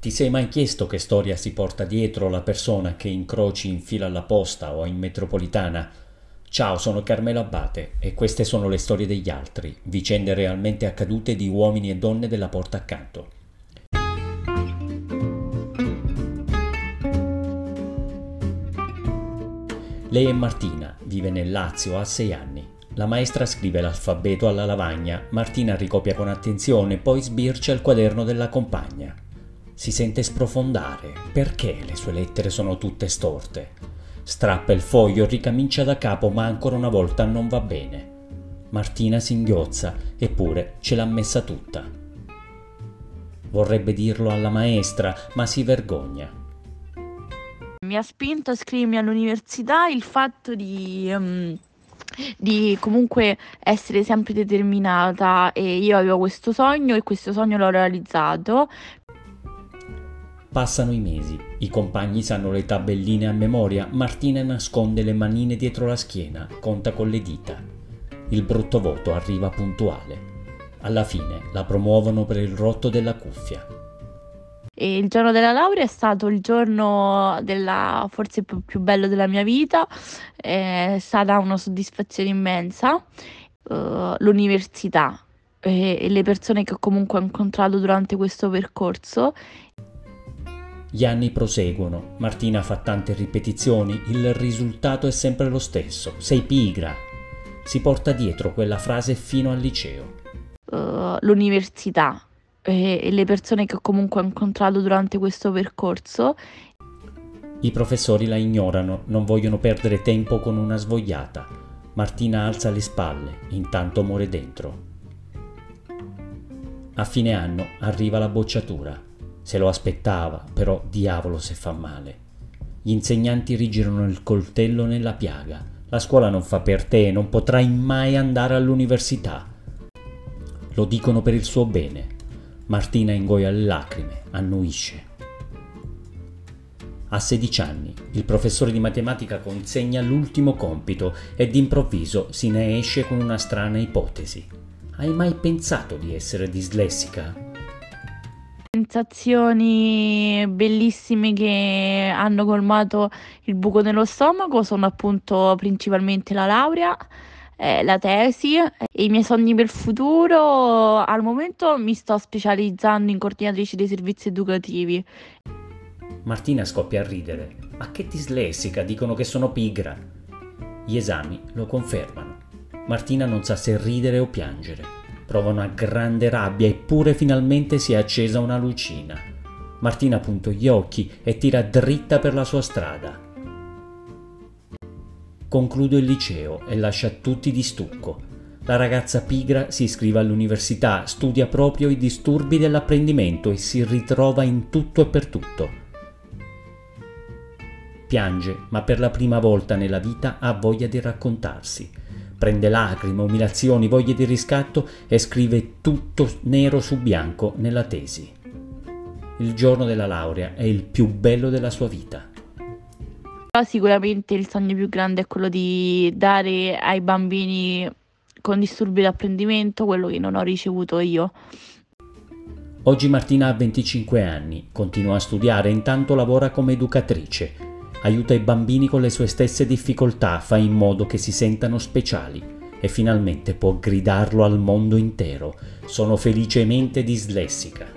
Ti sei mai chiesto che storia si porta dietro la persona che incroci in fila alla posta o in metropolitana? Ciao, sono Carmelo Abbate e queste sono le storie degli altri, vicende realmente accadute di uomini e donne della porta accanto. Lei è Martina, vive nel Lazio, ha 6 anni. La maestra scrive l'alfabeto alla lavagna, Martina ricopia con attenzione, poi sbircia il quaderno della compagna. Si sente sprofondare. Perché le sue lettere sono tutte storte? Strappa il foglio, ricomincia da capo, ma ancora una volta non va bene. Martina singhiozza, eppure ce l'ha messa tutta. Vorrebbe dirlo alla maestra, ma si vergogna. Mi ha spinto a iscrivermi all'università il fatto di comunque essere sempre determinata, e io avevo questo sogno e questo sogno l'ho realizzato. Passano i mesi, i compagni sanno le tabelline a memoria, Martina nasconde le manine dietro la schiena, conta con le dita. Il brutto voto arriva puntuale. Alla fine la promuovono per il rotto della cuffia. E il giorno della laurea è stato il giorno forse più bello della mia vita, è stata una soddisfazione immensa. L'università e le persone che comunque ho incontrato durante questo percorso. Gli anni proseguono, Martina fa tante ripetizioni, il risultato è sempre lo stesso, sei pigra. Si porta dietro quella frase fino al liceo. L'università e le persone che comunque ho incontrato durante questo percorso. I professori la ignorano, non vogliono perdere tempo con una svogliata. Martina alza le spalle, intanto muore dentro. A fine anno arriva la bocciatura. Se lo aspettava, però diavolo se fa male. Gli insegnanti rigirano il coltello nella piaga. La scuola non fa per te, non potrai mai andare all'università. Lo dicono per il suo bene. Martina ingoia le lacrime, annuisce. A 16 anni, il professore di matematica consegna l'ultimo compito e d'improvviso se ne esce con una strana ipotesi. Hai mai pensato di essere dislessica? Sensazioni bellissime che hanno colmato il buco nello stomaco sono appunto principalmente la laurea, la tesi e i miei sogni per il futuro. Al momento mi sto specializzando in coordinatrice dei servizi educativi. Martina scoppia a ridere. Ma che dislessica, dicono che sono pigra. Gli esami lo confermano. Martina non sa se ridere o piangere. Prova una grande rabbia, eppure finalmente si è accesa una lucina. Martina punta gli occhi e tira dritta per la sua strada. Conclude il liceo e lascia tutti di stucco. La ragazza pigra si iscrive all'università, studia proprio i disturbi dell'apprendimento e si ritrova in tutto e per tutto. Piange, ma per la prima volta nella vita ha voglia di raccontarsi. Prende lacrime, umiliazioni, voglie di riscatto e scrive tutto nero su bianco nella tesi. Il giorno della laurea è il più bello della sua vita. Sicuramente il sogno più grande è quello di dare ai bambini con disturbi d'apprendimento quello che non ho ricevuto io. Oggi Martina ha 25 anni, continua a studiare e intanto lavora come educatrice. Aiuta i bambini con le sue stesse difficoltà, fa in modo che si sentano speciali e finalmente può gridarlo al mondo intero. Sono felicemente dislessica.